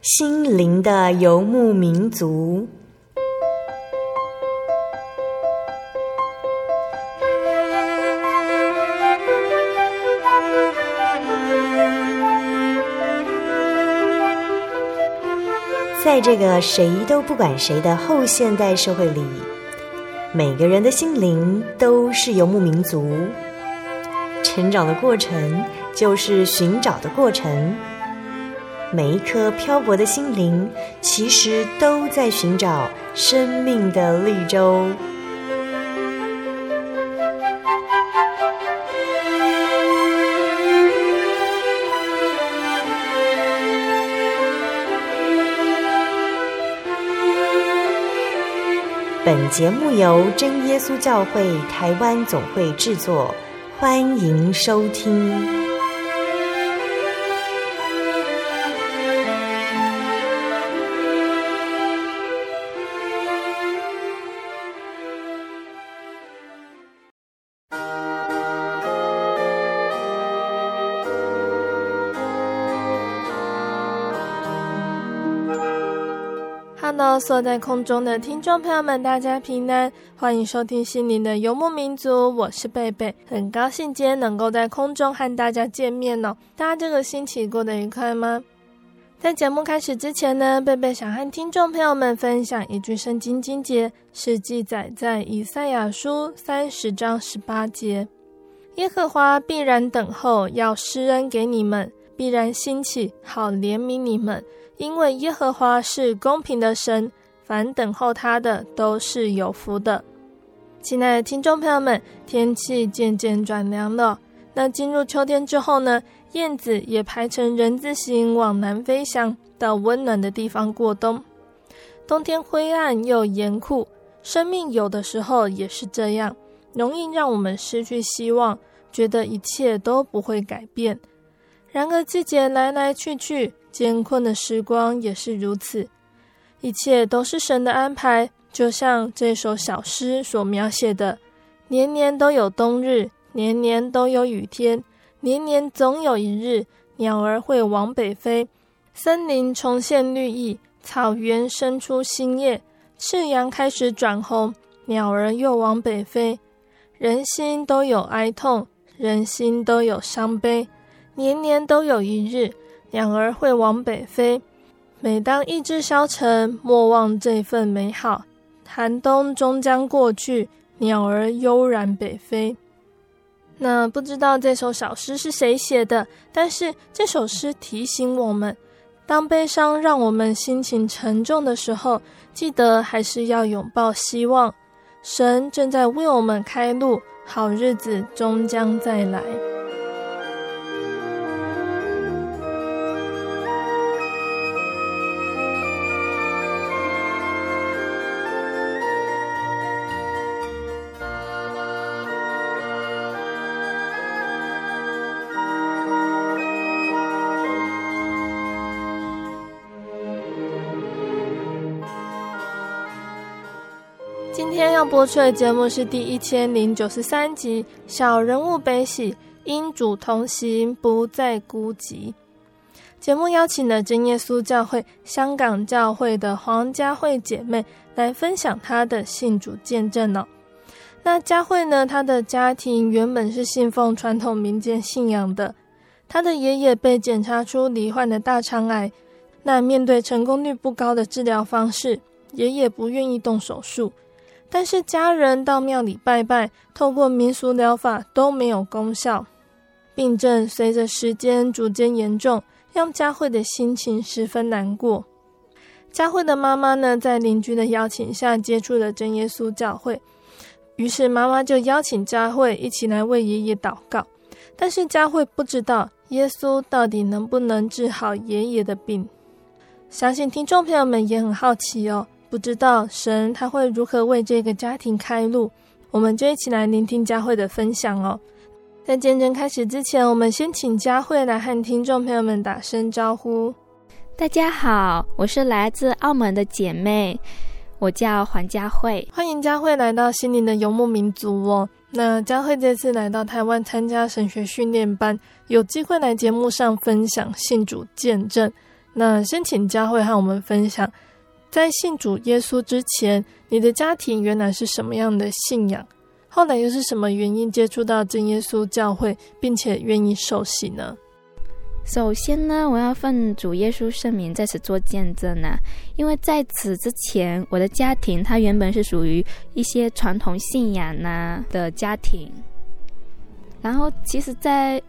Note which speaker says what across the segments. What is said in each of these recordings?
Speaker 1: 心灵的游牧民族。在这个谁都不管谁的后现代社会里，每个人的心灵都是游牧民族。成长的过程就是寻找的过程，每一颗漂泊的心灵其实都在寻找生命的绿洲。本节目由真耶稣教会台湾总会制作，欢迎收听。
Speaker 2: Hello， 所在空中的听众朋友们，大家平安，欢迎收听心灵的游牧民族，我是贝贝，很高兴今天能够在空中和大家见面哦。大家这个星期过得愉快吗？在节目开始之前呢，贝贝想和听众朋友们分享一句圣经经节，是记载在以赛亚书30章18节：耶和华必然等候，要施恩给你们，必然兴起，好怜悯你们。因为耶和华是公平的神，凡等候他的都是有福的。亲爱的听众朋友们，天气渐渐转凉了，那进入秋天之后呢，燕子也排成人字形往南飞翔，到温暖的地方过冬。冬天灰暗又严酷，生命有的时候也是这样，容易让我们失去希望，觉得一切都不会改变。然而季节来来去去，艰困的时光也是如此，一切都是神的安排，就像这首小诗所描写的：年年都有冬日，年年都有雨天，年年总有一日，鸟儿会往北飞，森林重现绿意，草原生出新叶，赤阳开始转红，鸟儿又往北飞。人心都有哀痛，人心都有伤悲，年年都有一日，鸟儿会往北飞。每当意志消沉，莫忘这份美好，寒冬终将过去，鸟儿悠然北飞。那不知道这首小诗是谁写的，但是这首诗提醒我们，当悲伤让我们心情沉重的时候，记得还是要拥抱希望，神正在为我们开路，好日子终将再来。今天要播出的节目是第1093集《小人物悲喜，因主同行，不再孤寂》。节目邀请了真耶稣教会香港教会的黄佳慧姐妹来分享她的信主见证哦。那佳慧呢，她的家庭原本是信奉传统民间信仰的，她的爷爷被检查出罹患的大肠癌，那面对成功率不高的治疗方式，爷爷不愿意动手术。但是家人到庙里拜拜，透过民俗疗法都没有功效，病症随着时间逐渐严重，让佳慧的心情十分难过。佳慧的妈妈呢，在邻居的邀请下接触了真耶稣教会，于是妈妈就邀请佳慧一起来为爷爷祷告。但是佳慧不知道耶稣到底能不能治好爷爷的病。相信听众朋友们也很好奇哦，不知道神他会如何为这个家庭开路，我们就一起来聆听佳慧的分享哦。在见证开始之前，我们先请佳慧来和听众朋友们打声招呼。
Speaker 3: 大家好，我是来自澳门的姐妹，我叫黄佳慧。
Speaker 2: 欢迎佳慧来到心灵的游牧民族哦。那佳慧这次来到台湾参加神学训练班，有机会来节目上分享信主见证， 那先请佳慧和我们分享，在信主耶稣之前，你的家庭原来是什么样的信仰？后来又是什么原因接触到真耶稣教会，并且愿意受洗呢？
Speaker 3: 首先呢，我要奉主耶稣圣名在此做见证啊，因为在此之前，我的家庭它原本是属于一些传统信仰的家庭。然后其实在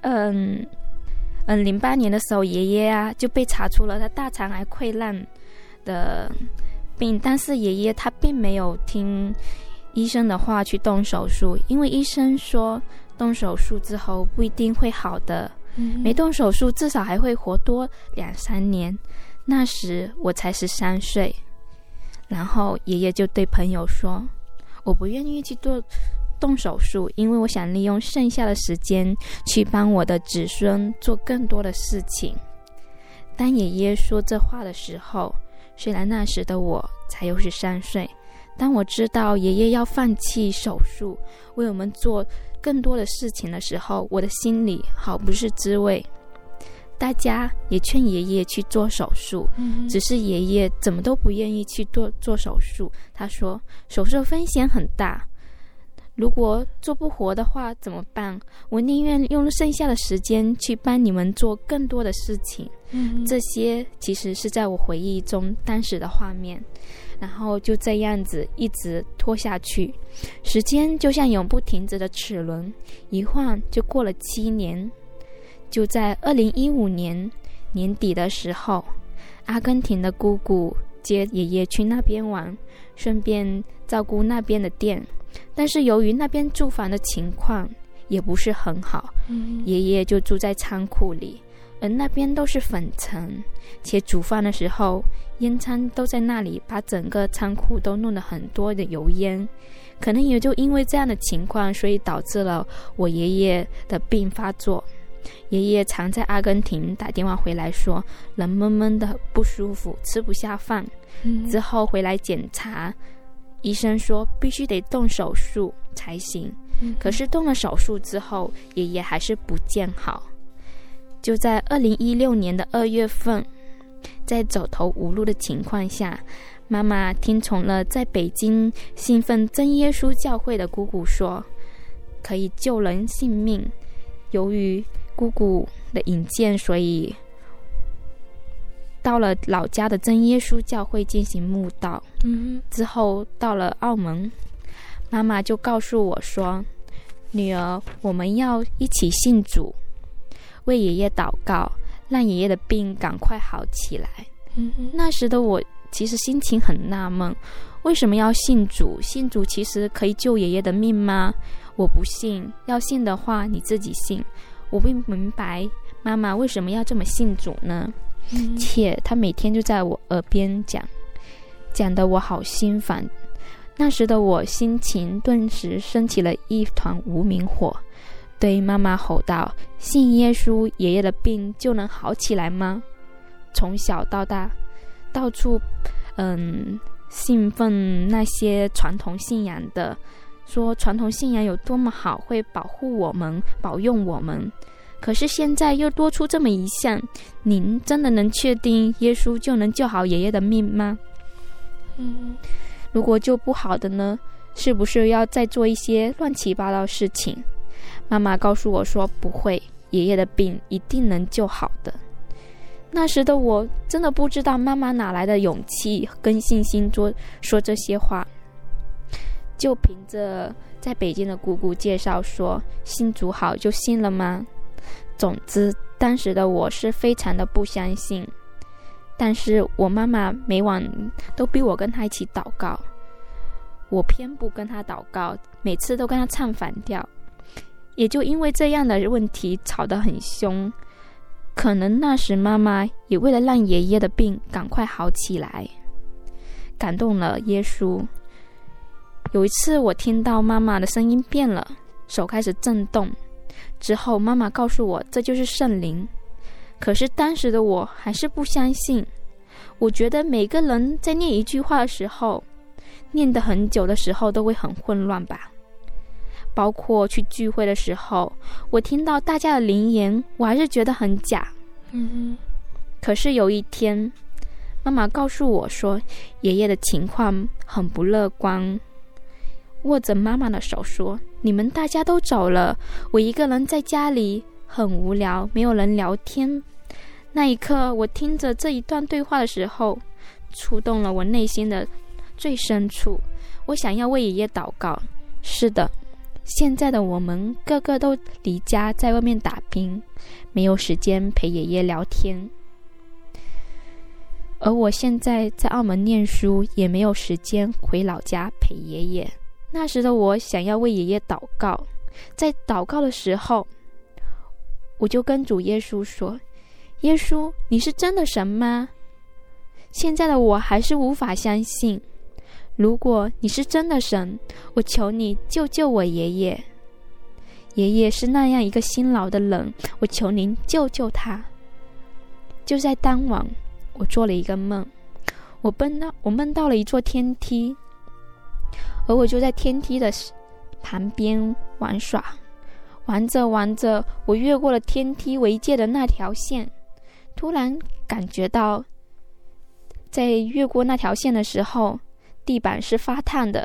Speaker 3: 08年的时候，爷爷啊就被查出了他大肠癌溃烂的病，但是爷爷他并没有听医生的话去动手术，因为医生说动手术之后不一定会好的，没动手术至少还会活多2-3年。那时我才13岁，然后爷爷就对朋友说，我不愿意去动手术，因为我想利用剩下的时间去帮我的子孙做更多的事情。当爷爷说这话的时候，虽然那时的我才63岁，当我知道爷爷要放弃手术为我们做更多的事情的时候，我的心里好不是滋味。大家也劝爷爷去做手术，只是爷爷怎么都不愿意去做手术。他说手术风险很大，如果做不活的话怎么办？我宁愿用剩下的时间去帮你们做更多的事情。这些其实是在我回忆中当时的画面。然后就这样子一直拖下去，时间就像永不停止的齿轮，一晃就过了7年。就在2015年年底的时候，阿根廷的姑姑接爷爷去那边玩，顺便照顾那边的店，但是由于那边住房的情况也不是很好，爷爷就住在仓库里，而那边都是粉尘，且煮饭的时候烟囱都在那里，把整个仓库都弄了很多的油烟。可能也就因为这样的情况，所以导致了我爷爷的病发作。爷爷常在阿根廷打电话回来说人闷闷的不舒服，吃不下饭，之后回来检查，医生说必须得动手术才行，可是动了手术之后爷爷还是不见好。就在2016年的2月份，在走投无路的情况下，妈妈听从了在北京信奉真耶稣教会的姑姑说可以救人性命。由于姑姑的引荐，所以到了老家的真耶稣教会进行慕道。之后到了澳门，妈妈就告诉我说，女儿，我们要一起信主，为爷爷祷告，让爷爷的病赶快好起来。那时的我其实心情很纳闷，为什么要信主？信主其实可以救爷爷的命吗？我不信，要信的话你自己信。我不明白妈妈为什么要这么信主呢？且她每天就在我耳边讲得我好心烦。那时的我心情顿时升起了一团无名火，对妈妈吼道，信耶稣爷爷的病就能好起来吗？从小到大到处信奉那些传统信仰的，说传统信仰有多么好，会保护我们，保佑我们。可是现在又多出这么一项，您真的能确定耶稣就能救好爷爷的命吗？如果救不好的呢，是不是要再做一些乱七八糟的事情？妈妈告诉我说不会，爷爷的病一定能救好的。那时的我真的不知道妈妈哪来的勇气跟信心说这些话，就凭着在北京的姑姑介绍说信主好就信了吗？总之当时的我是非常的不相信，但是我妈妈每晚都逼我跟她一起祷告，我偏不跟她祷告，每次都跟她唱反调，也就因为这样的问题吵得很凶。可能那时妈妈也为了让爷爷的病赶快好起来，感动了耶稣。有一次我听到妈妈的声音变了，手开始震动，之后妈妈告诉我这就是圣灵。可是当时的我还是不相信，我觉得每个人在念一句话的时候，念得很久的时候都会很混乱吧。包括去聚会的时候，我听到大家的灵言，我还是觉得很假。 可是有一天，妈妈告诉我说，爷爷的情况很不乐观，握着妈妈的手说，你们大家都走了，我一个人在家里很无聊，没有人聊天。那一刻，我听着这一段对话的时候，触动了我内心的最深处，我想要为爷爷祷告。是的，现在的我们个个都离家在外面打拼，没有时间陪爷爷聊天。而我现在在澳门念书，也没有时间回老家陪爷爷。那时的我想要为爷爷祷告，在祷告的时候，我就跟主耶稣说，耶稣，你是真的神吗？现在的我还是无法相信，如果你是真的神，我求你救救我爷爷。爷爷是那样一个辛劳的人，我求您救救他。就在当晚，我做了一个梦，我梦到了一座天梯，而我就在天梯的旁边玩耍，玩着玩着，我越过了天梯围界的那条线，突然感觉到在越过那条线的时候，地板是发烫的。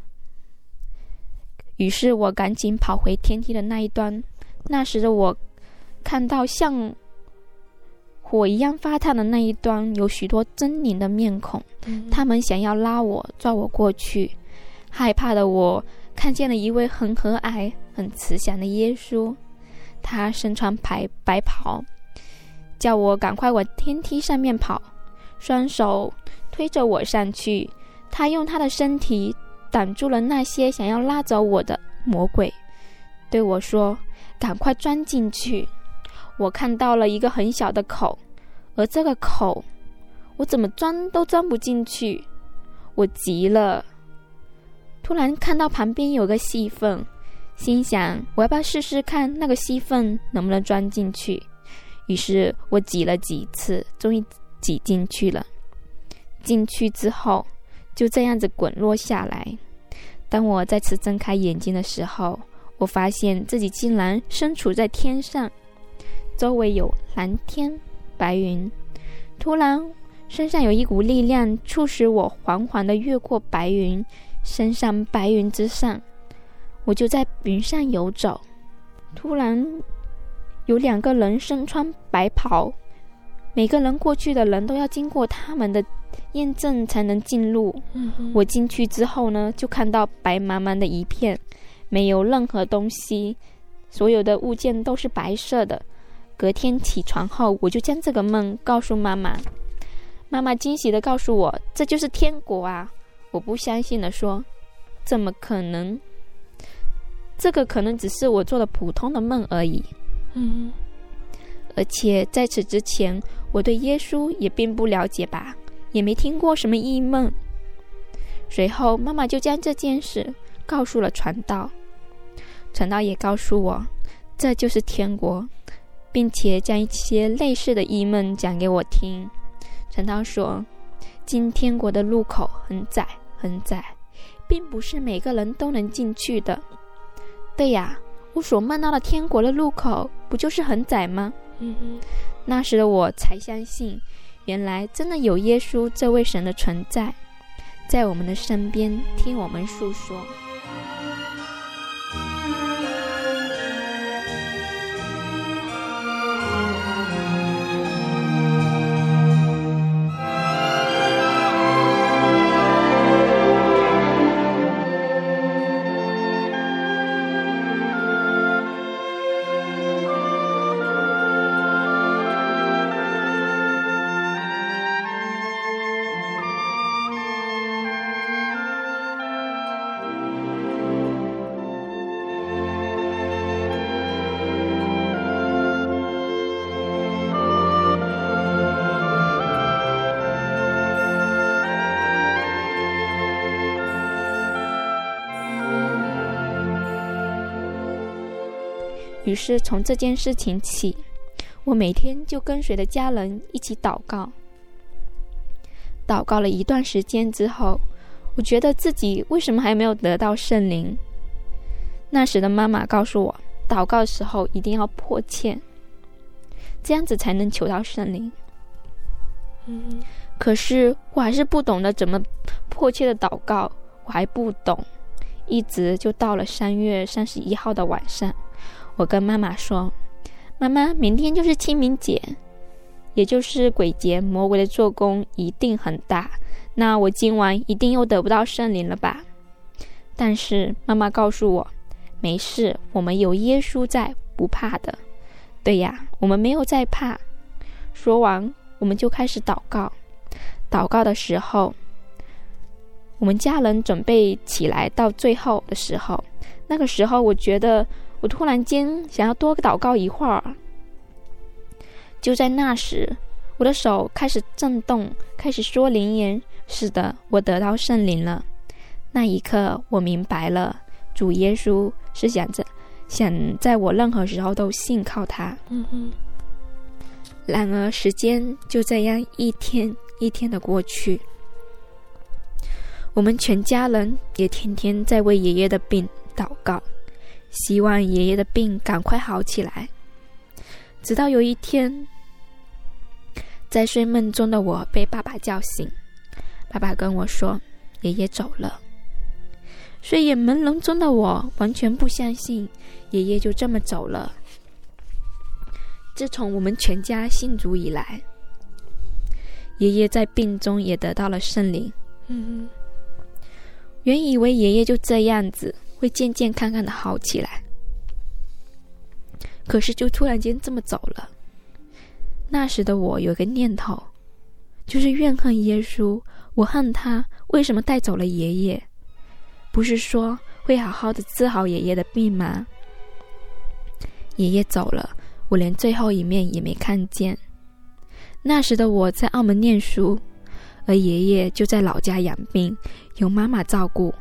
Speaker 3: 于是我赶紧跑回天梯的那一端，那时的我看到像火一样发烫的那一端有许多狰狞的面孔，他们想要拉我抓我过去。害怕的我看见了一位很和蔼很慈祥的耶稣，他身穿白袍，叫我赶快往天梯上面跑，双手推着我上去。他用他的身体挡住了那些想要拉走我的魔鬼，对我说，赶快钻进去。我看到了一个很小的口，而这个口我怎么钻都钻不进去，我急了。突然看到旁边有个细缝，心想我要不要试试看那个细缝能不能钻进去。于是我挤了几次，终于挤进去了。进去之后就这样子滚落下来。当我再次睁开眼睛的时候，我发现自己竟然身处在天上，周围有蓝天白云。突然身上有一股力量促使我缓缓地越过白云，升上白云之上，我就在云上游走。突然有2个人身穿白袍，每个人过去的人都要经过他们的验证才能进入。我进去之后呢，就看到白茫茫的一片，没有任何东西，所有的物件都是白色的。隔天起床后，我就将这个梦告诉妈妈，妈妈惊喜地告诉我，这就是天国啊！我不相信地说，怎么可能？这个可能只是我做的普通的梦而已。而且在此之前，我对耶稣也并不了解吧，也没听过什么异梦。随后妈妈就将这件事告诉了传道，传道也告诉我，这就是天国，并且将一些类似的异梦讲给我听。传道说，进天国的路口很窄很窄，并不是每个人都能进去的。对呀，我所梦到的天国的路口不就是很窄吗？那时的我才相信，原来真的有耶稣这位神的存在，在我们的身边听我们诉说。于是从这件事情起，我每天就跟随着家人一起祷告。祷告了一段时间之后，我觉得自己为什么还没有得到圣灵。那时的妈妈告诉我，祷告的时候一定要迫切，这样子才能求到圣灵。 可是我还是不懂得怎么迫切的祷告，我还不懂。一直就到了3月31号的晚上，我跟妈妈说，妈妈，明天就是清明节，也就是鬼节，魔鬼的做工一定很大，那我今晚一定又得不到圣灵了吧？但是妈妈告诉我，没事，我们有耶稣在，不怕的。对呀，我们没有在怕。说完我们就开始祷告。祷告的时候，我们家人准备起来到最后的时候，那个时候我觉得我突然间想要多祷告一会儿。就在那时，我的手开始震动，开始说灵言。是的，我得到圣灵了。那一刻我明白了，主耶稣是想在我任何时候都信靠他。然而时间就这样一天一天的过去，我们全家人也天天在为爷爷的病祷告，希望爷爷的病赶快好起来。直到有一天，在睡梦中的我被爸爸叫醒，爸爸跟我说爷爷走了。睡眼朦胧中的我完全不相信爷爷就这么走了。自从我们全家信主以来，爷爷在病中也得到了圣灵。原以为爷爷就这样子会健健康康的好起来，可是就突然间这么走了。那时的我有个念头，就是怨恨耶稣，我恨他为什么带走了爷爷？不是说会好好的治好爷爷的病吗？爷爷走了，我连最后一面也没看见。那时的我在澳门念书，而爷爷就在老家养病，由妈妈照顾。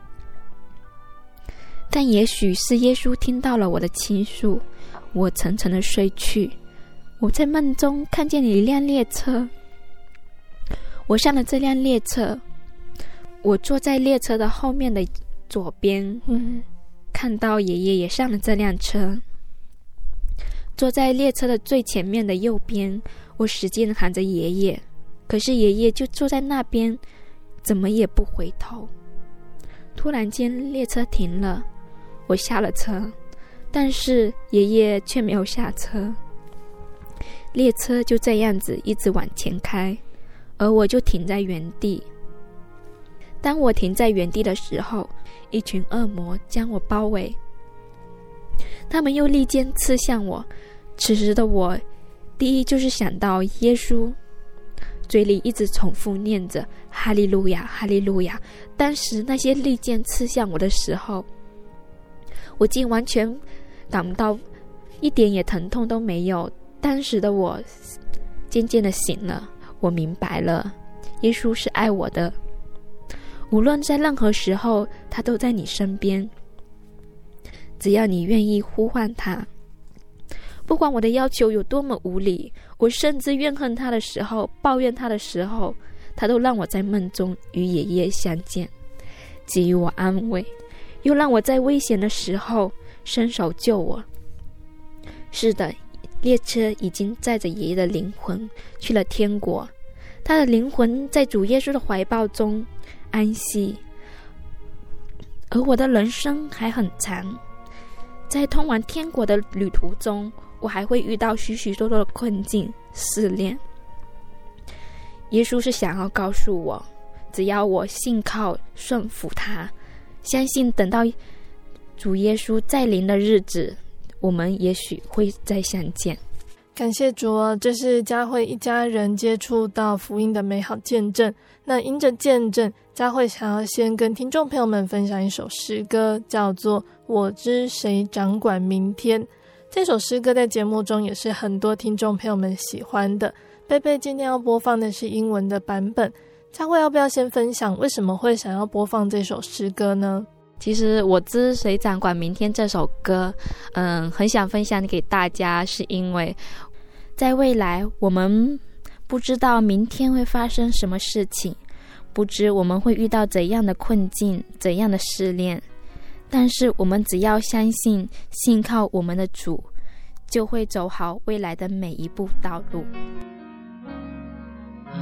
Speaker 3: 但也许是耶稣听到了我的倾诉，我沉沉的睡去。我在梦中看见了一辆列车，我上了这辆列车，我坐在列车的后面的左边，看到爷爷也上了这辆车。坐在列车的最前面的右边，我使劲喊着爷爷，可是爷爷就坐在那边，怎么也不回头。突然间列车停了，我下了车，但是爷爷却没有下车。列车就这样子一直往前开，而我就停在原地。当我停在原地的时候，一群恶魔将我包围，他们又利剑刺向我。此时的我，第一就是想到耶稣，嘴里一直重复念着哈利路亚哈利路亚。当时那些利剑刺向我的时候，我竟完全感到一点也疼痛都没有。当时的我渐渐的醒了，我明白了，耶稣是爱我的，无论在任何时候他都在你身边，只要你愿意呼唤他。不管我的要求有多么无理，我甚至怨恨他的时候，抱怨他的时候，他都让我在梦中与爷爷相见，给予我安慰，又让我在危险的时候伸手救我。是的，列车已经载着爷爷的灵魂去了天国，他的灵魂在主耶稣的怀抱中安息。而我的人生还很长，在通往天国的旅途中，我还会遇到许许多多的困境试炼。耶稣是想要告诉我，只要我信靠顺服他，相信等到主耶稣再临的日子，我们也许会再相见。
Speaker 2: 感谢主哦，这是佳慧一家人接触到福音的美好见证。那因着见证，佳慧想要先跟听众朋友们分享一首诗歌，叫做《我知谁掌管明天》。这首诗歌在节目中也是很多听众朋友们喜欢的。贝贝今天要播放的是英文的版本，佳慧要不要先分享为什么会想要播放这首诗歌呢？
Speaker 3: 其实我知谁掌管明天这首歌很想分享给大家，是因为在未来我们不知道明天会发生什么事情，不知我们会遇到怎样的困境，怎样的试炼，但是我们只要相信信靠我们的主，就会走好未来的每一步道路。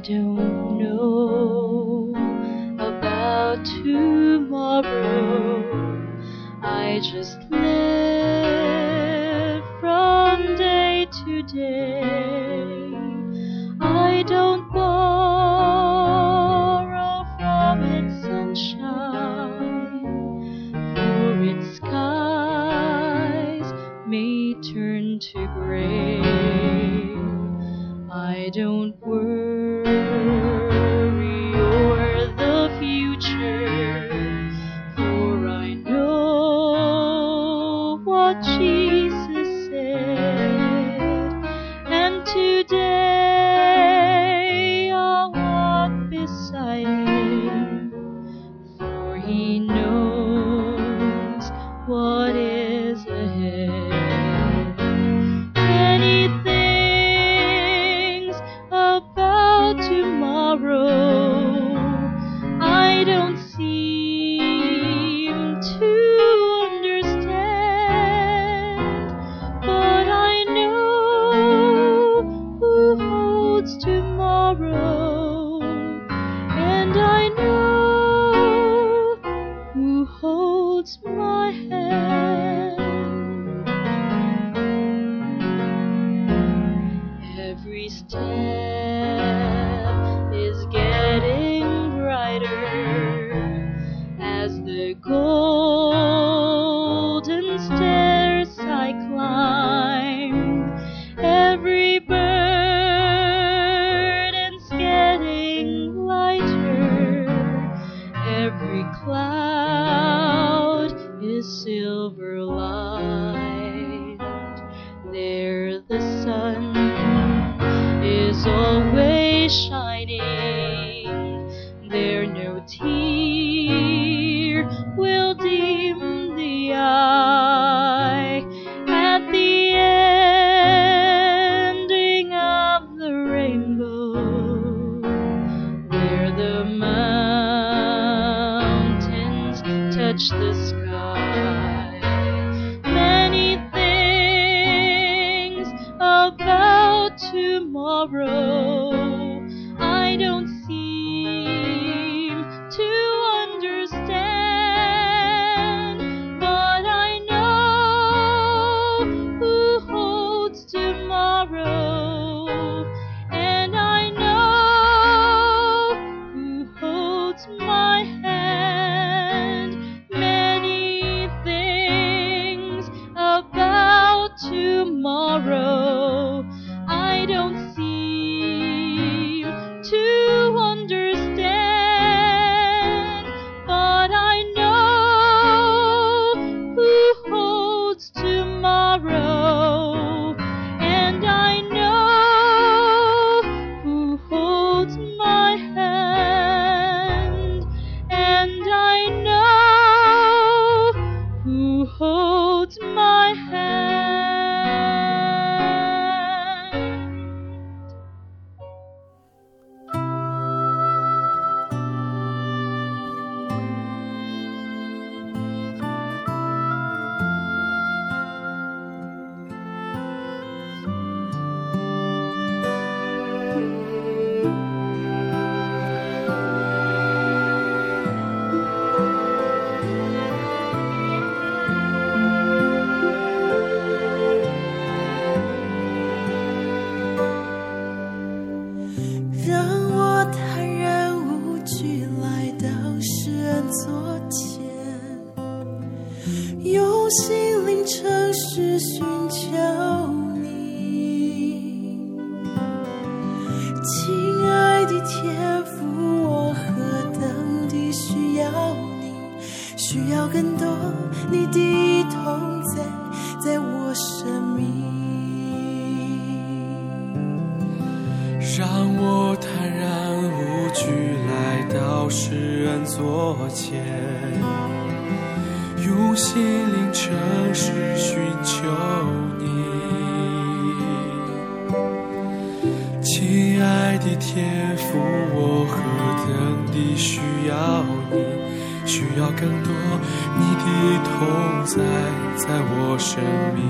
Speaker 4: don't know about tomorrow. I just live from day to day. I don't borrow from its sunshine, for its skies may turn to gray. I don't worry o'er the future, for I know what Jesus said, and today I'll walk beside him, for he knows what is ahead. Many things about tomorrow I don't seem to understand, but I know who holds tomorrow, and I know who holds my hand. Every step is getting brighter as the golden stairs I climb. Every burden's getting lighter, every cloud is silver lined. There the sun is always shining, there no tear will dim the eye. At the ending of the rainbow, where the mountains touch the sky, many things about tomorrow I don't seem to understand, but I know who holds tomorrow, and I know who holds my hand. Many things about tomorrow I don't seem to understand, but I know who holds tomorrow, and I know who holds my hand, and I know who holds my hand.
Speaker 5: 让我坦然无惧来到诗人座前，用心灵诚实寻求你。亲爱的天父，我何等地需要你，需要更多你的同在，在我生命。
Speaker 6: 让我坦然无惧来到诗人座前，用心灵诚实寻求你。亲爱的天父，我何等地需要你，需要更多你的同在，在我生命。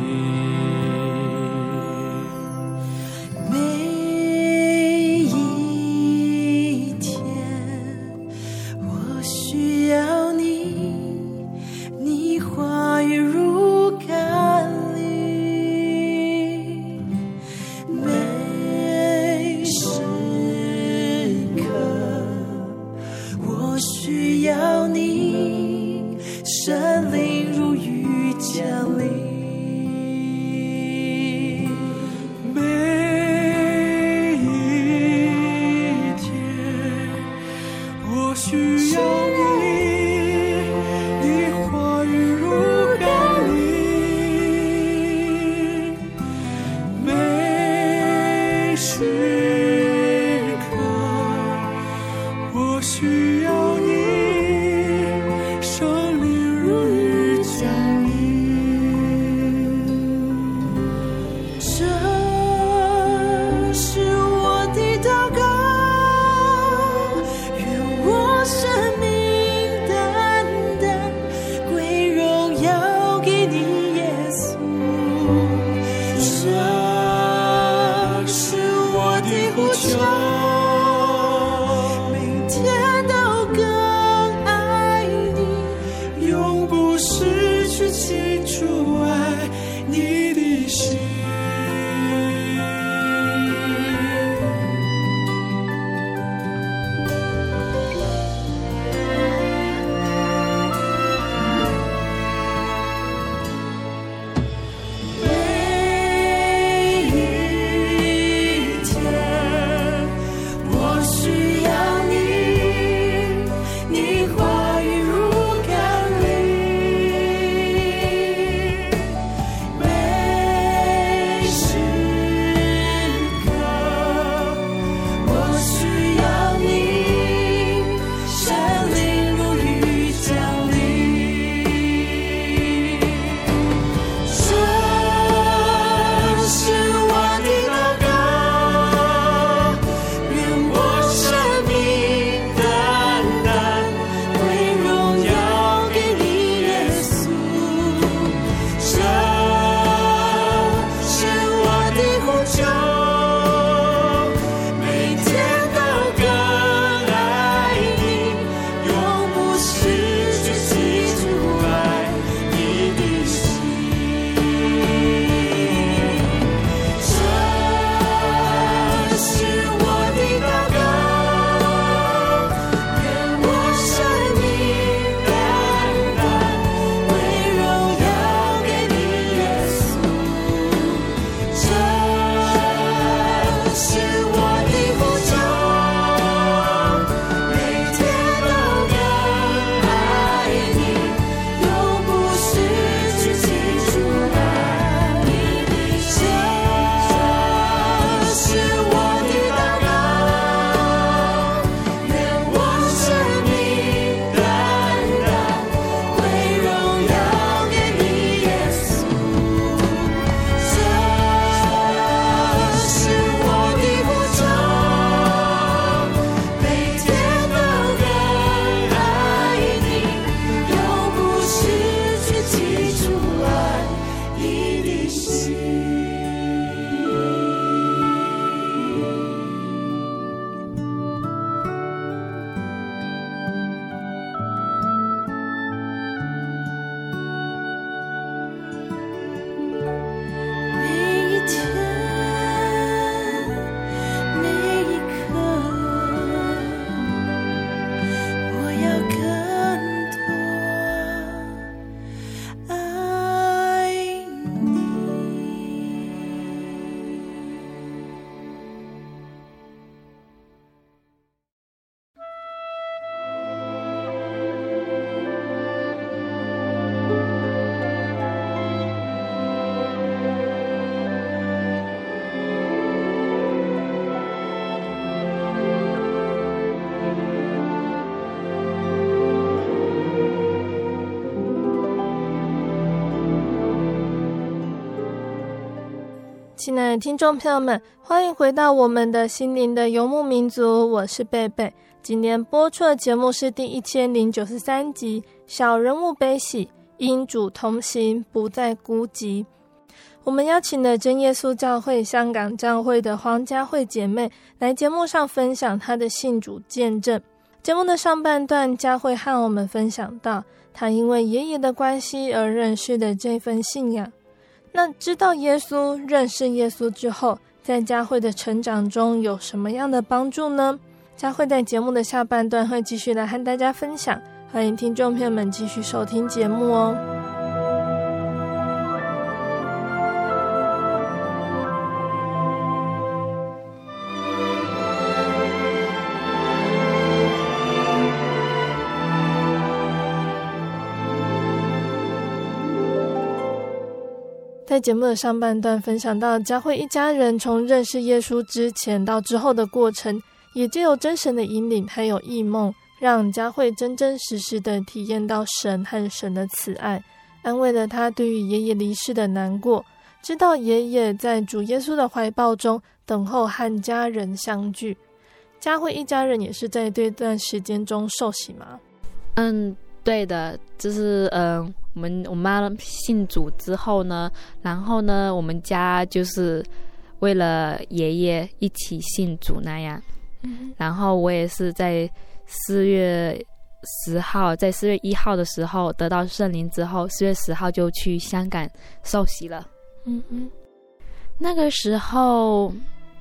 Speaker 5: 每一
Speaker 6: 需要你，你话语如甘霖，每时刻我需要你，圣灵如雨降临。
Speaker 5: 这是我的祷告，愿我生命单单归荣耀给你，耶稣。这是我的呼求，每天都更爱你，永不失去起初爱你的心。每一天，我需要你，你话语如甘霖，每时刻我需要你，圣灵如雨降临。这是我的祷告，愿我生命单单归荣耀给你，耶稣。这是我的呼求，每天都更爱你，永不失去起初爱你的心。这是我的祷告，愿我生命单单归荣耀给你，耶稣。这是我的呼求，每天都更爱你，永不失去起初爱你的心。这是我的祷告，愿我生命单单归荣耀给你，耶稣。这是我的呼求，每天都更爱你，永不失去起初爱你的心。每一天，每一刻，我要更多爱你。
Speaker 2: 亲爱的听众朋友们，欢迎回到我们的心灵的游牧民族，我是贝贝。今天播出的节目是第1093集《小人物悲喜，因主同行，不再孤寂》。我们邀请了真耶稣教会香港教会的黄佳慧姐妹来节目上分享她的信主见证。节目的上半段，佳慧和我们分享到她因为爷爷的关系而认识的这份信仰。那知道耶稣、认识耶稣之后，在佳慧的成长中有什么样的帮助呢？佳慧在节目的下半段会继续来和大家分享，欢迎听众朋友们继续收听节目哦。 在节目的上半段分享到佳慧一家人从认识耶稣之前到之后的过程，也藉由真神的引领还有异梦，让佳慧真真实实的体验到神和神的慈爱，安慰了她对于爷爷离世的难过，知道爷爷在主耶稣的怀抱中等候和家人相聚。佳慧一家人也是在这段时间中受洗吗？
Speaker 3: 对的，就是我妈信主之后呢，然后呢，我们家就是为了爷爷一起信主那样。然后我也是在4月10号，在4月1号的时候得到圣灵之后，4月10号就去香港受洗了。那个时候，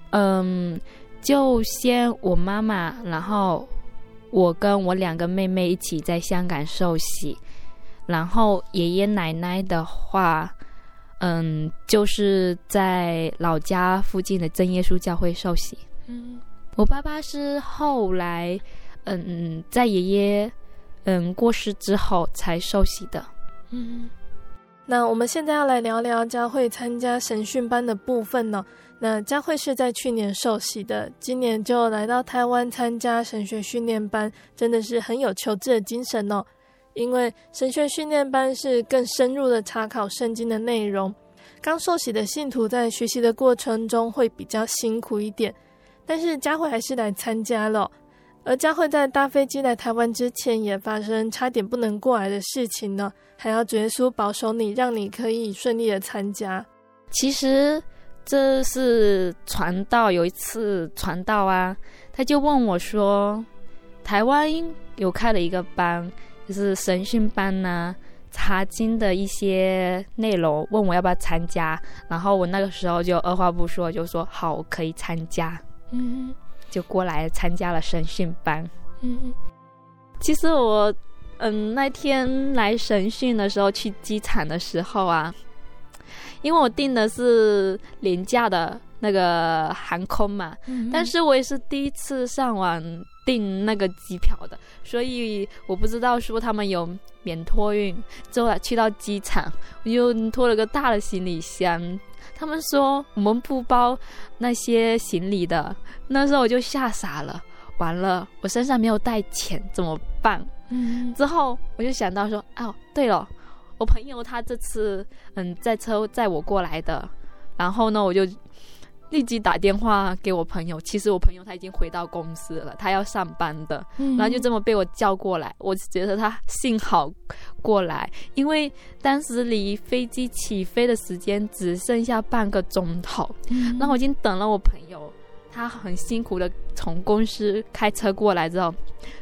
Speaker 3: 就先我妈妈，然后我跟我2个妹妹一起在香港受洗，然后爷爷奶奶的话，就是在老家附近的真耶稣教会受洗。我爸爸是后来，在爷爷过世之后才受洗的。
Speaker 2: 那我们现在要来聊聊佳慧参加神训班的部分呢。那佳慧是在去年受洗的，今年就来到台湾参加神学训练班，真的是很有求知的精神哦。因为神学训练班是更深入的查考圣经的内容，刚受洗的信徒在学习的过程中会比较辛苦一点，但是佳慧还是来参加了。而佳慧在搭飞机来台湾之前也发生差点不能过来的事情呢，还要主耶稣保守你，让你可以顺利的参加。
Speaker 3: 其实这是传道，有一次传道啊，他就问我说，台湾有开了一个班，就是神训班啊，查经的一些内容，问我要不要参加。然后我那个时候就二话不说，就说好，我可以参加。就过来参加了神训班。其实我那天来神训的时候，去机场的时候啊，因为我订的是廉价的那个航空嘛，但是我也是第一次上网订那个机票的，所以我不知道说他们有免托运。之后去到机场，我就拖了个大的行李箱，他们说我们不包那些行李的。那时候我就吓傻了，完了，我身上没有带钱怎么办？之后我就想到说，哦，对了，我朋友他这次在车载我过来的，然后呢，我就立即打电话给我朋友。其实我朋友他已经回到公司了，他要上班的，然后就这么被我叫过来。我觉得他幸好过来，因为当时离飞机起飞的时间只剩下半个钟头，然后我已经等了我朋友，他很辛苦的从公司开车过来之后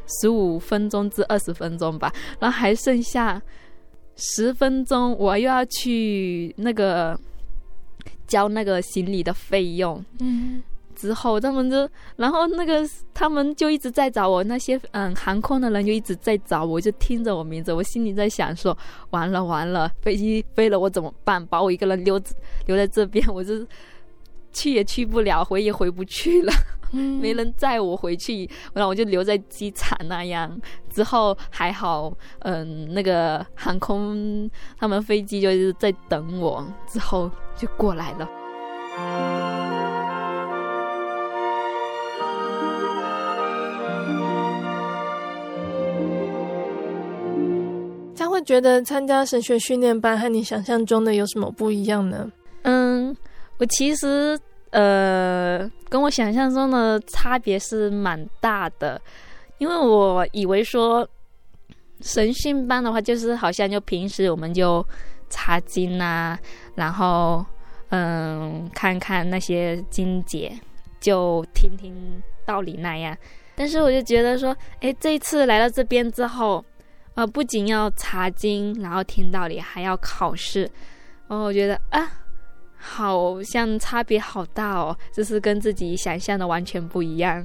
Speaker 3: ，15分钟至20分钟吧，然后还剩下10分钟，我又要去那个交那个行李的费用。之后他们就一直在找我，那些航空的人就一直在找我，就听着我名字，我心里在想说，完了，飞机飞了我怎么办？把我一个人留在这边，我就去也去不了，回也回不去了。没人载我回去，然后我就留在机场那样。之后还好，那个航空他们飞机就是在等我，之后就过来了。
Speaker 2: 佳慧觉得参加神学训练班和你想象中的有什么不一样呢？
Speaker 3: 我其实跟我想象中的差别是蛮大的，因为我以为说神训班的话，就是好像就平时我们就查经啊，然后看看那些经节，就听听道理那样。但是我就觉得说，这一次来到这边之后，不仅要查经，然后听道理，还要考试。我觉得好像差别好大哦，就是跟自己想象的完全不一样。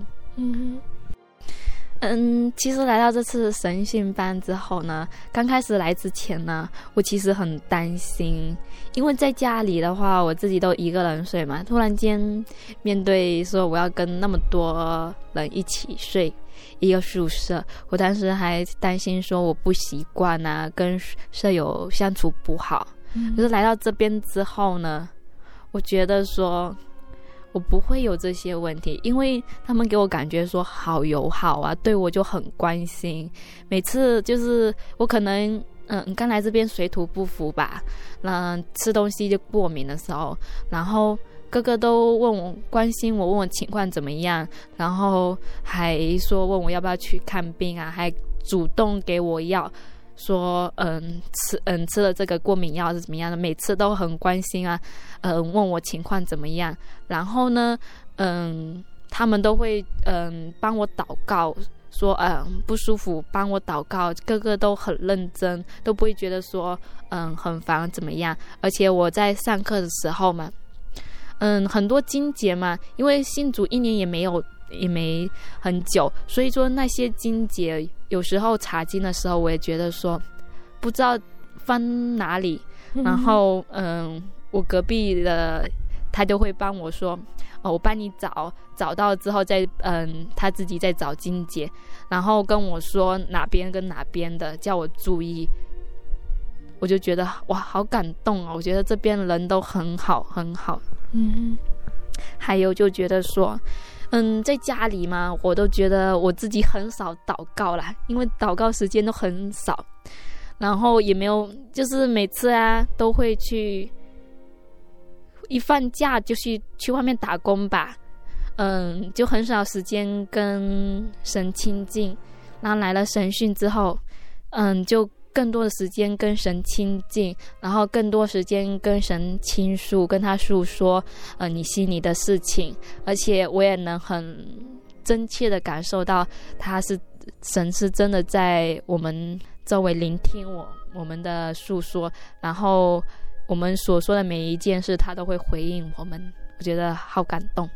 Speaker 3: 其实来到这次神训班之后呢，刚开始来之前呢，我其实很担心，因为在家里的话，我自己都一个人睡嘛，突然间面对说我要跟那么多人一起睡一个宿舍，我当时还担心说我不习惯啊，跟舍友相处不好。 可是来到这边之后呢，我觉得说我不会有这些问题，因为他们给我感觉说好友好啊，对我就很关心。每次就是我可能刚来这边水土不服吧，吃东西就过敏的时候，然后哥哥都问我关心我，问我情况怎么样，然后还说问我要不要去看病啊，还主动给我药，说吃了这个过敏药是怎么样的，每次都很关心啊，问我情况怎么样，然后呢他们都会帮我祷告，说不舒服帮我祷告，个个都很认真，都不会觉得说很烦怎么样。而且我在上课的时候嘛，很多经节嘛，因为信主1年也没很久，所以说那些经节有时候查经的时候我也觉得说不知道翻哪里，然后我隔壁的他就会帮我说我帮你找到之后再他自己再找经节，然后跟我说哪边跟哪边的，叫我注意。我就觉得哇好感动我觉得这边的人都很好很好。还有就觉得说在家里嘛，我都觉得我自己很少祷告啦，因为祷告时间都很少，然后也没有就是每次都会去一放假就去外面打工吧，就很少时间跟神亲近。然后来了神训之后，就更多的时间跟神亲近，然后更多时间跟神倾诉，跟他诉说你心里的事情，而且我也能很真切的感受到神是真的在我们周围聆听我们的诉说，然后我们所说的每一件事他都会回应我们，我觉得好感动。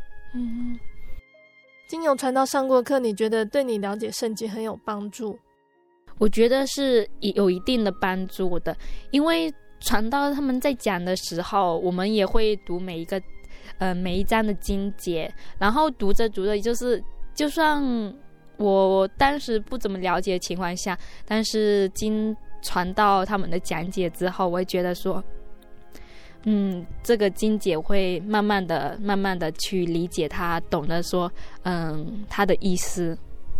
Speaker 2: 经由传道上过课，你觉得对你了解圣经很有帮助？
Speaker 3: 我觉得是有一定的帮助的，因为传道他们在讲的时候，我们也会读每一章的经节，然后读着就算我当时不怎么了解的情况下，但是经传道他们的讲解之后，我会觉得说这个经节会慢慢的去理解它，懂得说它的意思。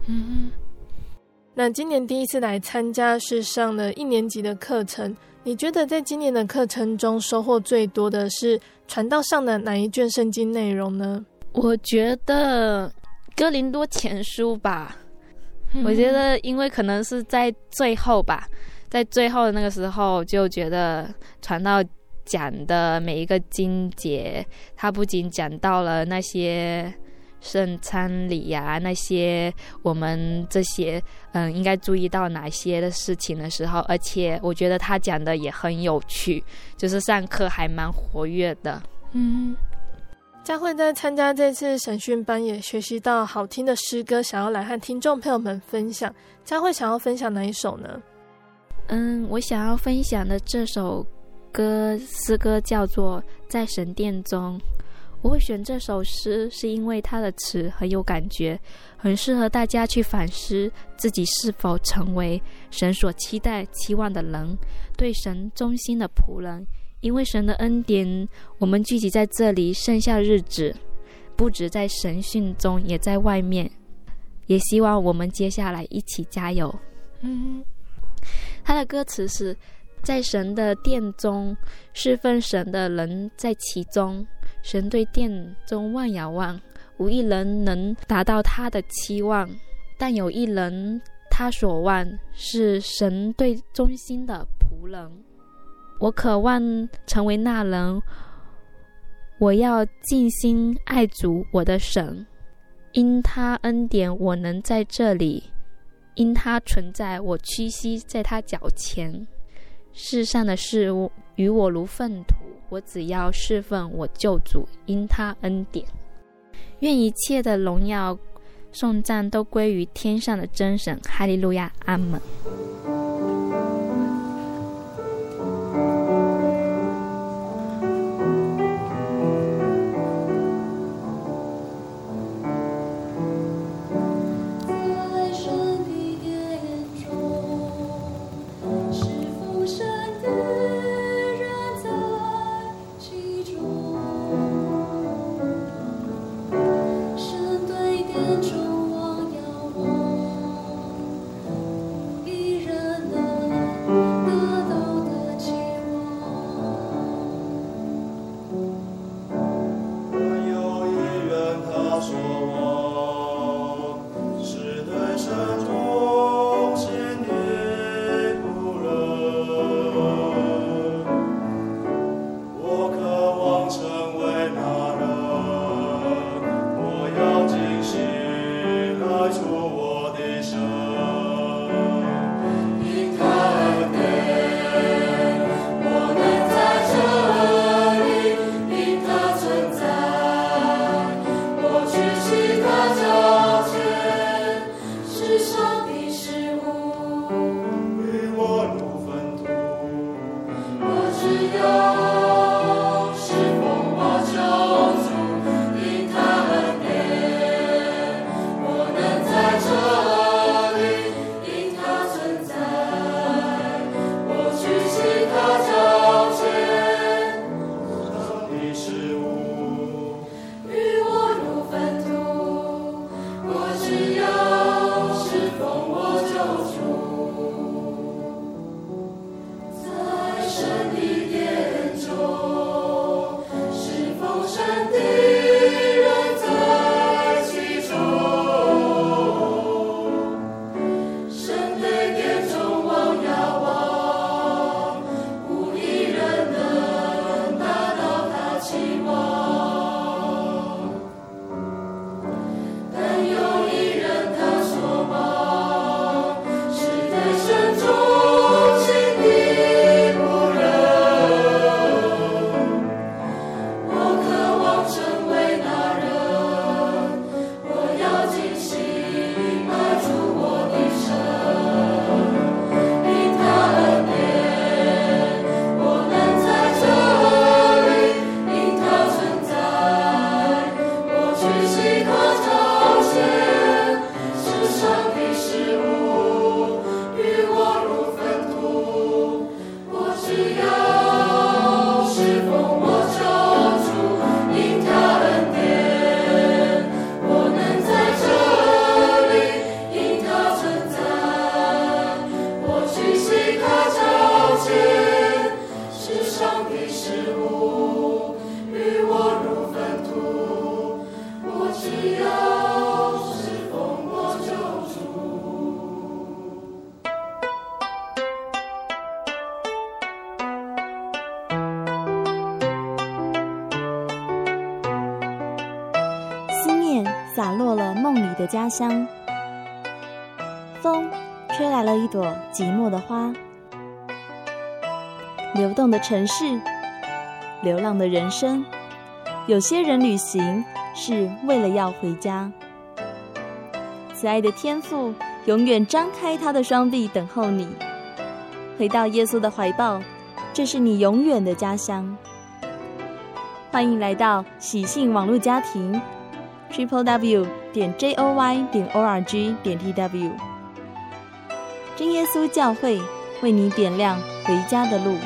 Speaker 2: 那今年第一次来参加是上了1年级的课程，你觉得在今年的课程中收获最多的是传道上的哪一卷圣经内容呢？
Speaker 3: 我觉得哥林多前书吧，我觉得因为可能是在最后吧，在最后的那个时候就觉得传道讲的每一个经节，他不仅讲到了那些圣餐礼那些我们这些应该注意到哪些的事情的时候，而且我觉得他讲的也很有趣，就是上课还蛮活跃的。
Speaker 2: 佳慧在参加这次神训班也学习到好听的诗歌，想要来和听众朋友们分享。佳慧想要分享哪一首呢？
Speaker 3: 我想要分享的这首诗歌叫做在神殿中。我会选这首诗是因为它的词很有感觉，很适合大家去反思自己是否成为神所期望的人，对神忠心的仆人。因为神的恩典，我们聚集在这里剩下日子，不止在神训中，也在外面，也希望我们接下来一起加油。他的歌词是在神的殿中，侍奉神的人在其中，神对殿中望遥望，无一人能达到他的期望，但有一人他所望，是神对忠心的仆人。我渴望成为那人，我要尽心爱主我的神，因他恩典我能在这里，因他存在我屈膝在他脚前。世上的事物与我如粪土，我只要侍奉我救主，因他恩典。愿一切的荣耀颂赞都归于天上的真神，哈利路亚，阿们。
Speaker 7: 是父神的人洒落了梦里的家乡。风吹来了一朵寂寞的花。流动的城市，流浪的人生，有些人旅行是为了要回家。慈爱的天父永远张开他的双臂等候你，回到耶稣的怀抱，这是你永远的家乡。欢迎来到喜信网络家庭 www.joy.org.tw 真耶稣教会，为你点亮回家的路。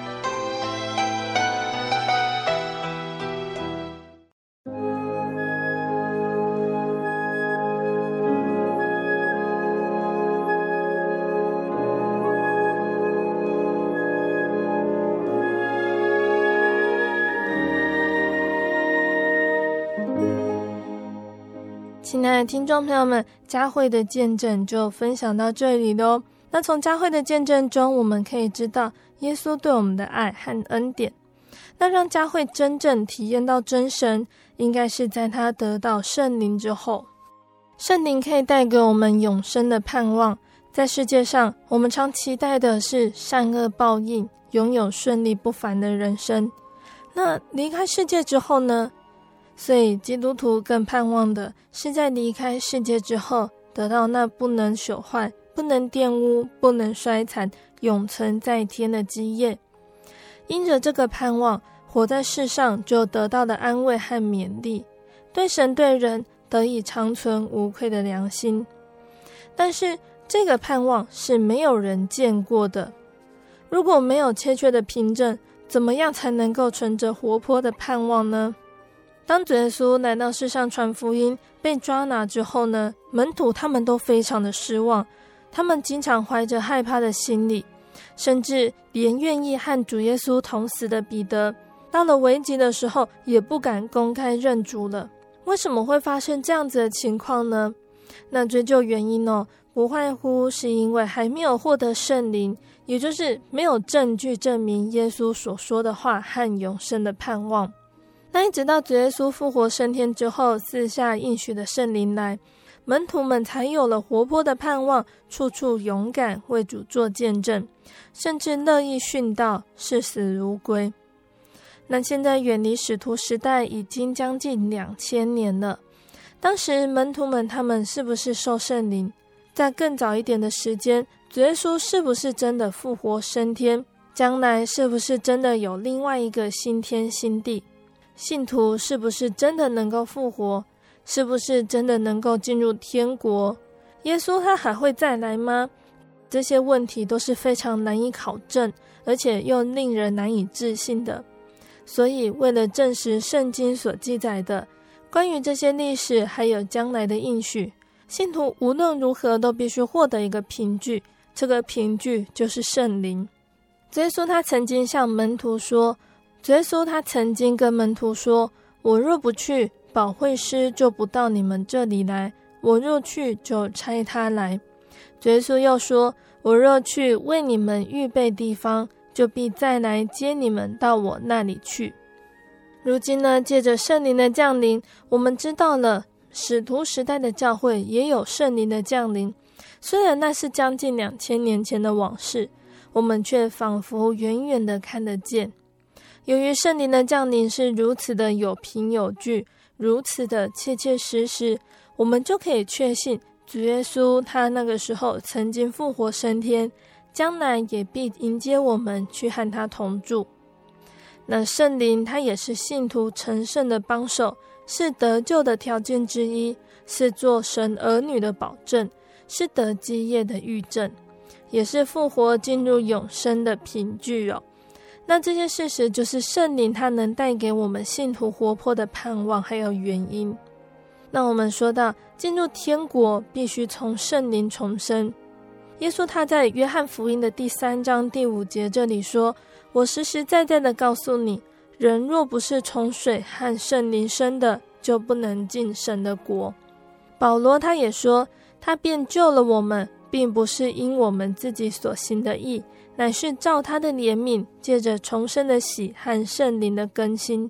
Speaker 2: 亲爱的听众朋友们，佳慧的见证就分享到这里咯。那从佳慧的见证中，我们可以知道耶稣对我们的爱和恩典。那让佳慧真正体验到真神，应该是在他得到圣灵之后。圣灵可以带给我们永生的盼望。在世界上，我们常期待的是善恶报应，拥有顺利不凡的人生。那离开世界之后呢？所以基督徒更盼望的是在离开世界之后，得到那不能朽坏、不能玷污、不能衰残、永存在天的基业。因着这个盼望，活在世上就得到了安慰和勉励，对神对人得以长存无愧的良心。但是这个盼望是没有人见过的。如果没有切确的凭证，怎么样才能够存着活泼的盼望呢？当主耶稣来到世上传福音，被抓拿之后呢，门徒他们都非常的失望，他们经常怀着害怕的心理，甚至连愿意和主耶稣同死的彼得，到了危急的时候也不敢公开认主了。为什么会发生这样子的情况呢？那追究原因不外乎是因为还没有获得圣灵，也就是没有证据证明耶稣所说的话和永生的盼望。那一直到主耶稣复活升天之后，赐下应许的圣灵来，门徒们才有了活泼的盼望，处处勇敢为主做见证，甚至乐意殉道，视死如归。那现在远离使徒时代已经将近2000年了，当时门徒们他们是不是受圣灵？在更早一点的时间，主耶稣是不是真的复活升天？将来是不是真的有另外一个新天新地？信徒是不是真的能够复活？是不是真的能够进入天国？耶稣他还会再来吗？这些问题都是非常难以考证，而且又令人难以置信的。所以为了证实圣经所记载的关于这些历史还有将来的应许，信徒无论如何都必须获得一个凭据，这个凭据就是圣灵。主耶稣他曾经向门徒说，主耶稣他曾经跟门徒说，我若不去，保惠师就不到你们这里来，我若去，就差他来。主耶稣又说，我若去为你们预备地方，就必再来接你们到我那里去。如今呢，借着圣灵的降临，我们知道了使徒时代的教会也有圣灵的降临，虽然那是将近2000年前的往事，我们却仿佛远远的看得见。由于圣灵的降临是如此的有凭有据，如此的切切实实，我们就可以确信主耶稣他那个时候曾经复活升天，将来也必迎接我们去和他同住。那圣灵他也是信徒成圣的帮手，是得救的条件之一，是做神儿女的保证，是得基业的预证，也是复活进入永生的凭据那这些事实就是圣灵它能带给我们信徒活泼的盼望还有原因。那我们说到进入天国必须从圣灵重生，耶稣他在约翰福音的第3章第5节这里说，我实实在在的告诉你，人若不是从水和圣灵生的，就不能进神的国。保罗他也说，他便救了我们，并不是因我们自己所行的义，乃是照他的怜悯，借着重生的喜和圣灵的更新。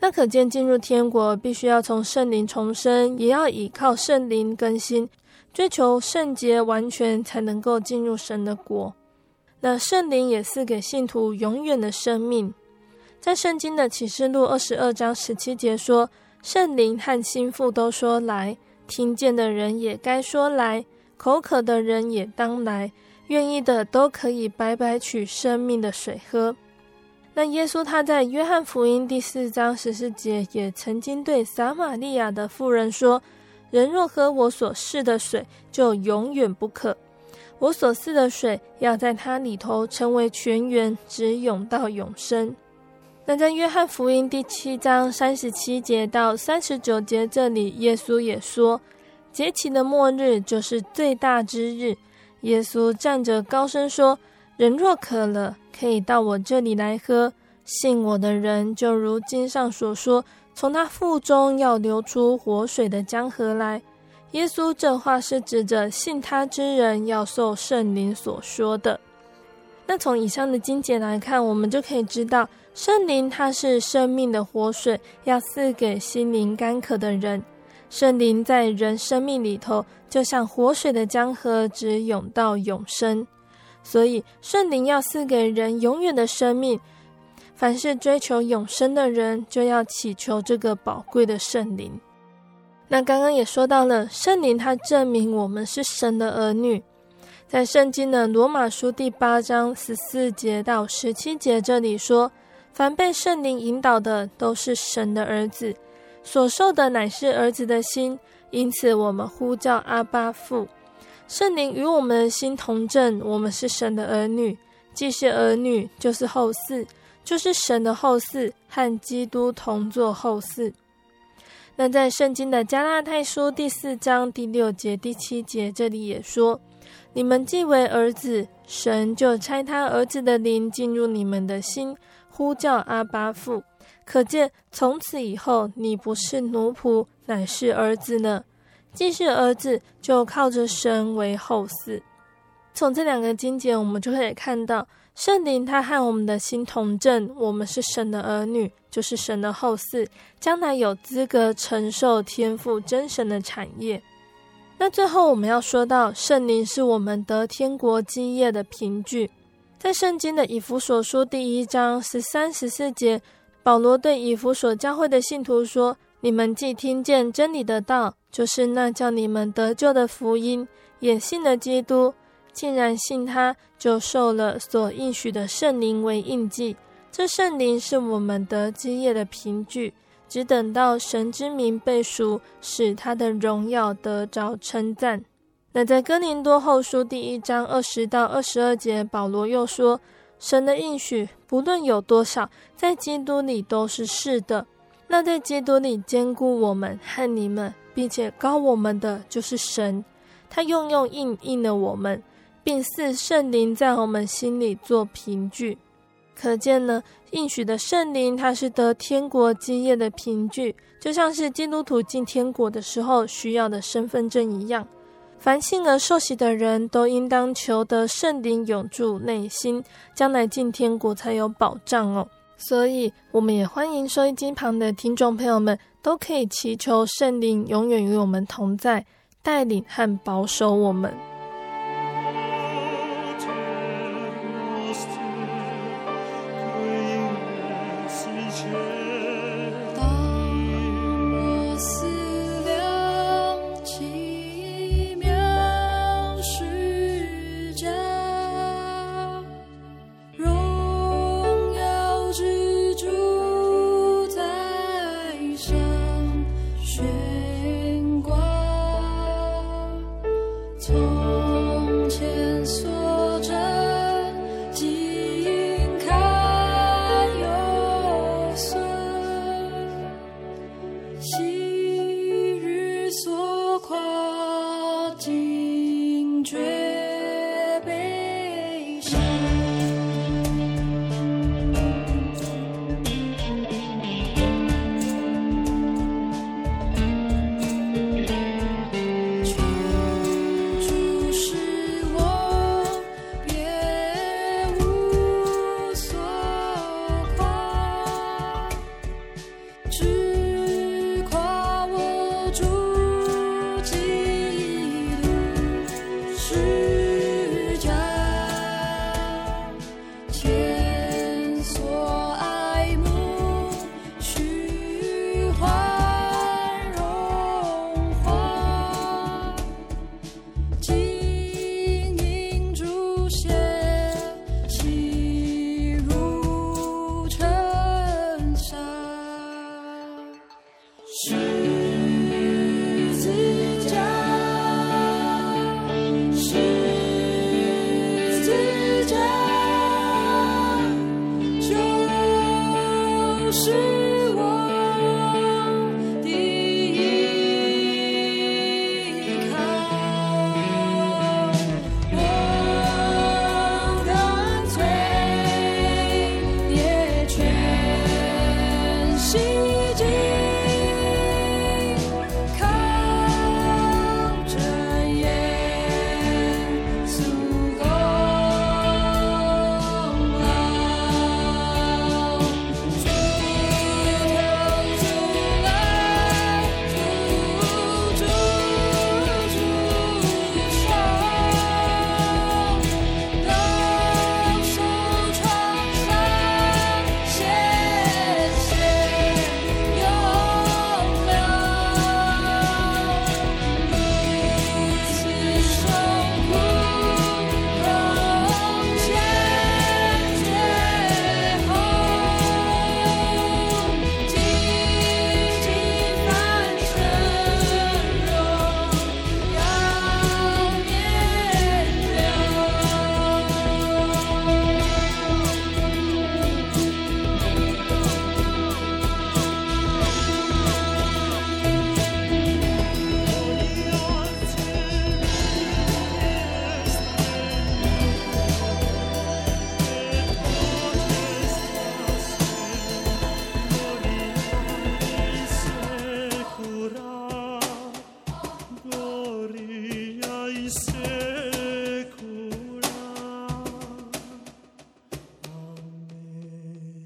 Speaker 2: 那可见进入天国必须要从圣灵重生，也要依靠圣灵更新，追求圣洁完全，才能够进入神的国。那圣灵也赐给信徒永远的生命。在圣经的启示录22章17节说，圣灵和心腹都说来，听见的人也该说来，口渴的人也当来，愿意的都可以白白取生命的水喝。那耶稣他在约翰福音第4章14节也曾经对撒玛利亚的妇人说，人若喝我所赐的水，就永远不渴，我所赐的水要在他里头成为泉源，直涌到永生。那在约翰福音第7章37节到39节这里，耶稣也说，节期的末日就是最大之日，耶稣站着高声说，人若渴了，可以到我这里来喝，信我的人就如经上所说，从他腹中要流出活水的江河来。耶稣这话是指着信他之人要受圣灵所说的。那从以上的经节来看，我们就可以知道，圣灵它是生命的活水，要赐给心灵干渴的人。圣灵在人生命里头，就像活水的江河，直涌到永生。所以圣灵要赐给人永远的生命，凡是追求永生的人，就要祈求这个宝贵的圣灵。那刚刚也说到了，圣灵它证明我们是神的儿女。在圣经的罗马书第8章14节到17节这里说，凡被圣灵引导的，都是神的儿子，所受的乃是儿子的心，因此我们呼叫阿爸父。圣灵与我们的心同证，我们是神的儿女，既是儿女，就是后嗣，就是神的后嗣，和基督同作后嗣。那在圣经的加拉太书第4章第6节第7节这里也说，你们既为儿子，神就差他儿子的灵进入你们的心，呼叫阿爸父。可见从此以后，你不是奴仆，乃是儿子呢。既是儿子，就靠着神为后嗣。从这两个经节，我们就可以看到，圣灵他和我们的心同证，我们是神的儿女，就是神的后嗣，将来有资格承受天父真神的产业。那最后我们要说到，圣灵是我们得天国基业的凭据。在圣经的以弗所书第1章13、14节，保罗对以弗所教会的信徒说，你们既听见真理的道，就是那叫你们得救的福音，也信了基督，既然信他，就受了所应许的圣灵为印记。这圣灵是我们得基业的凭据，只等到神之名被赎，使他的荣耀得着称赞。那在哥林多后书第1章20到22节，保罗又说，神的应许不论有多少，在基督里都是是的。那在基督里坚固我们和你们，并且膏我们的就是神，他用印了我们，并赐圣灵在我们心里做凭据。可见呢，应许的圣灵它是得天国基业的凭据，就像是基督徒进天国的时候需要的身份证一样。凡信而受洗的人都应当求得圣灵永驻内心，将来进天国才有保障哦。所以我们也欢迎收音机旁的听众朋友们都可以祈求圣灵永远与我们同在，带领和保守我们。
Speaker 8: 从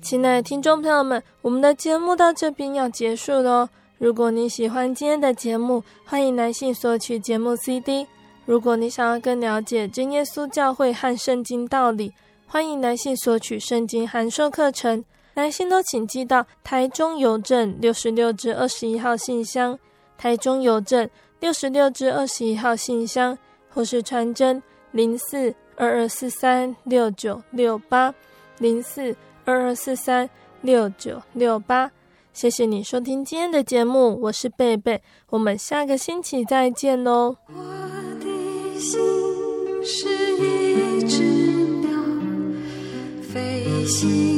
Speaker 2: 亲爱的听众朋友们，我们的节目到这边要结束了哦。如果你喜欢今天的节目，欢迎来信索取节目 CD。如果你想要更了解真耶稣教会和圣经道理，欢迎来信索取圣经函授课程。来信都请寄到台中邮政66至21号信箱，台中邮政66至21号信箱，或是传真0422436968 0422436968。谢谢你收听今天的节目，我是贝贝，我们下个星期再见咯。
Speaker 5: 我的心是一只鸟，飞行